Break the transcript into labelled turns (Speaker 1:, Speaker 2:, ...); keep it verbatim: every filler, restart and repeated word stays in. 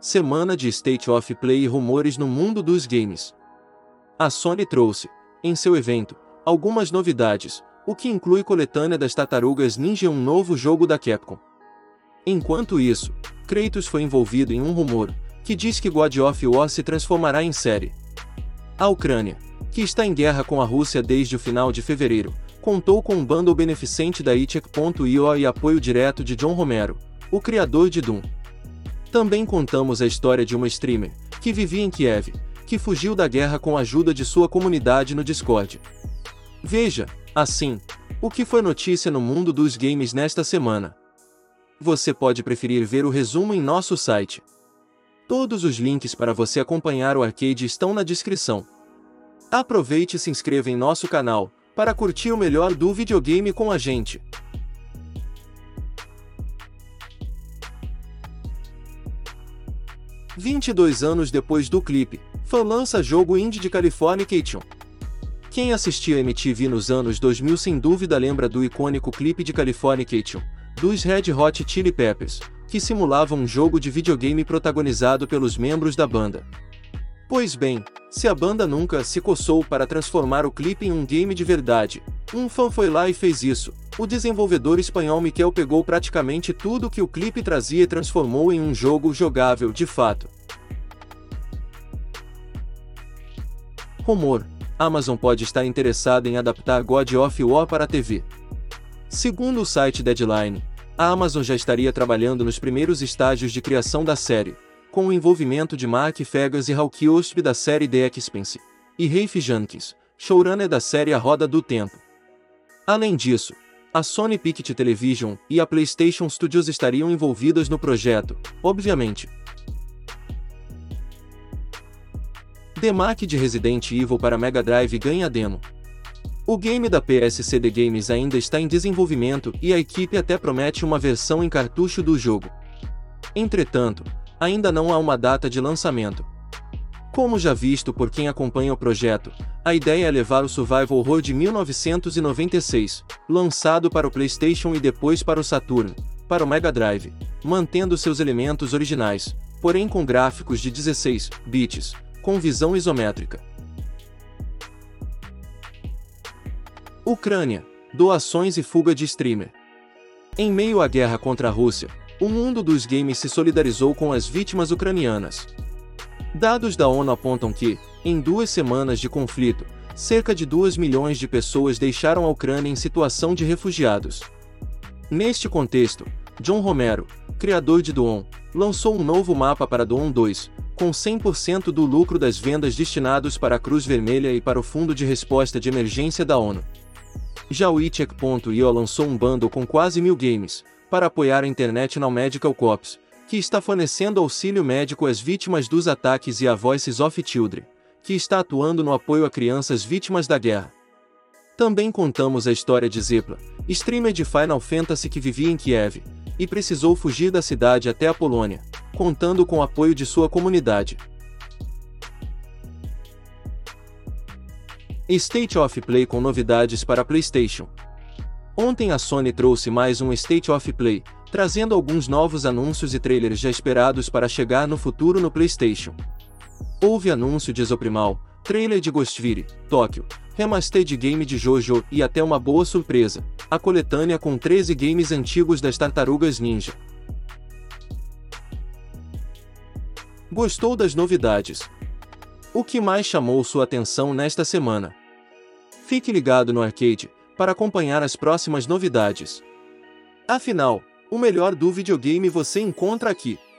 Speaker 1: Semana de State of Play e rumores no mundo dos games. A Sony trouxe, em seu evento, algumas novidades, o que inclui coletânea das Tartarugas Ninja e um novo jogo da Capcom. Enquanto isso, Kratos foi envolvido em um rumor, que diz que God of War se transformará em série. A Ucrânia, que está em guerra com a Rússia desde o final de fevereiro, contou com um bundle beneficente da itch ponto i o e apoio direto de John Romero, o criador de Doom. Também contamos a história de uma streamer, que vivia em Kiev, que fugiu da guerra com a ajuda de sua comunidade no Discord. Veja, assim, o que foi notícia no mundo dos games nesta semana. Você pode preferir ver o resumo em nosso site. Todos os links para você acompanhar o arcade estão na descrição. Aproveite e se inscreva em nosso canal, para curtir o melhor do videogame com a gente. vinte e dois anos depois do clipe, fã lança jogo indie de Californication. Quem assistia a M T V nos anos dois mil sem dúvida lembra do icônico clipe de Californication, dos Red Hot Chili Peppers, que simulava um jogo de videogame protagonizado pelos membros da banda. Pois bem, se a banda nunca se coçou para transformar o clipe em um game de verdade, um fã foi lá e fez isso. O desenvolvedor espanhol Miquel pegou praticamente tudo que o clipe trazia e transformou em um jogo jogável de fato. Rumor: Amazon pode estar interessada em adaptar God of War para a T V. Segundo o site Deadline, a Amazon já estaria trabalhando nos primeiros estágios de criação da série, com o envolvimento de Mark Fegas e Hawk Ostby da série The Expanse, e Rafe Jenkins, showrunner da série A Roda do Tempo. Além disso, a Sony Picture Television e a PlayStation Studios estariam envolvidas no projeto, obviamente. Demake de Resident Evil para Mega Drive ganha demo. O game da P S C D Games ainda está em desenvolvimento e a equipe até promete uma versão em cartucho do jogo. Entretanto, ainda não há uma data de lançamento. Como já visto por quem acompanha o projeto, a ideia é levar o survival horror de mil novecentos e noventa e seis, lançado para o PlayStation e depois para o Saturn, para o Mega Drive, mantendo seus elementos originais, porém com gráficos de dezesseis bits, com visão isométrica. Ucrânia, doações e fuga de streamer. Em meio à guerra contra a Rússia, o mundo dos games se solidarizou com as vítimas ucranianas. Dados da ONU apontam que, em duas semanas de conflito, cerca de dois milhões de pessoas deixaram a Ucrânia em situação de refugiados. Neste contexto, John Romero, criador de Doom, lançou um novo mapa para Doom dois, com cem por cento do lucro das vendas destinados para a Cruz Vermelha e para o Fundo de Resposta de Emergência da ONU. Já o itch ponto i o lançou um bundle com quase mil games, para apoiar a International Medical Corps, que está fornecendo auxílio médico às vítimas dos ataques, e a Voices of Children, que está atuando no apoio a crianças vítimas da guerra. Também contamos a história de Zepla, streamer de Final Fantasy que vivia em Kiev, e precisou fugir da cidade até a Polônia, contando com o apoio de sua comunidade. State of Play com novidades para a PlayStation. Ontem a Sony trouxe mais um State of Play, trazendo alguns novos anúncios e trailers já esperados para chegar no futuro no PlayStation. Houve anúncio de Exoprimal, trailer de Ghostwire, Tokyo, remastered game de JoJo e até uma boa surpresa, a coletânea com treze games antigos das Tartarugas Ninja. Gostou das novidades? O que mais chamou sua atenção nesta semana? Fique ligado no arcade, para acompanhar as próximas novidades. Afinal, o melhor do videogame você encontra aqui.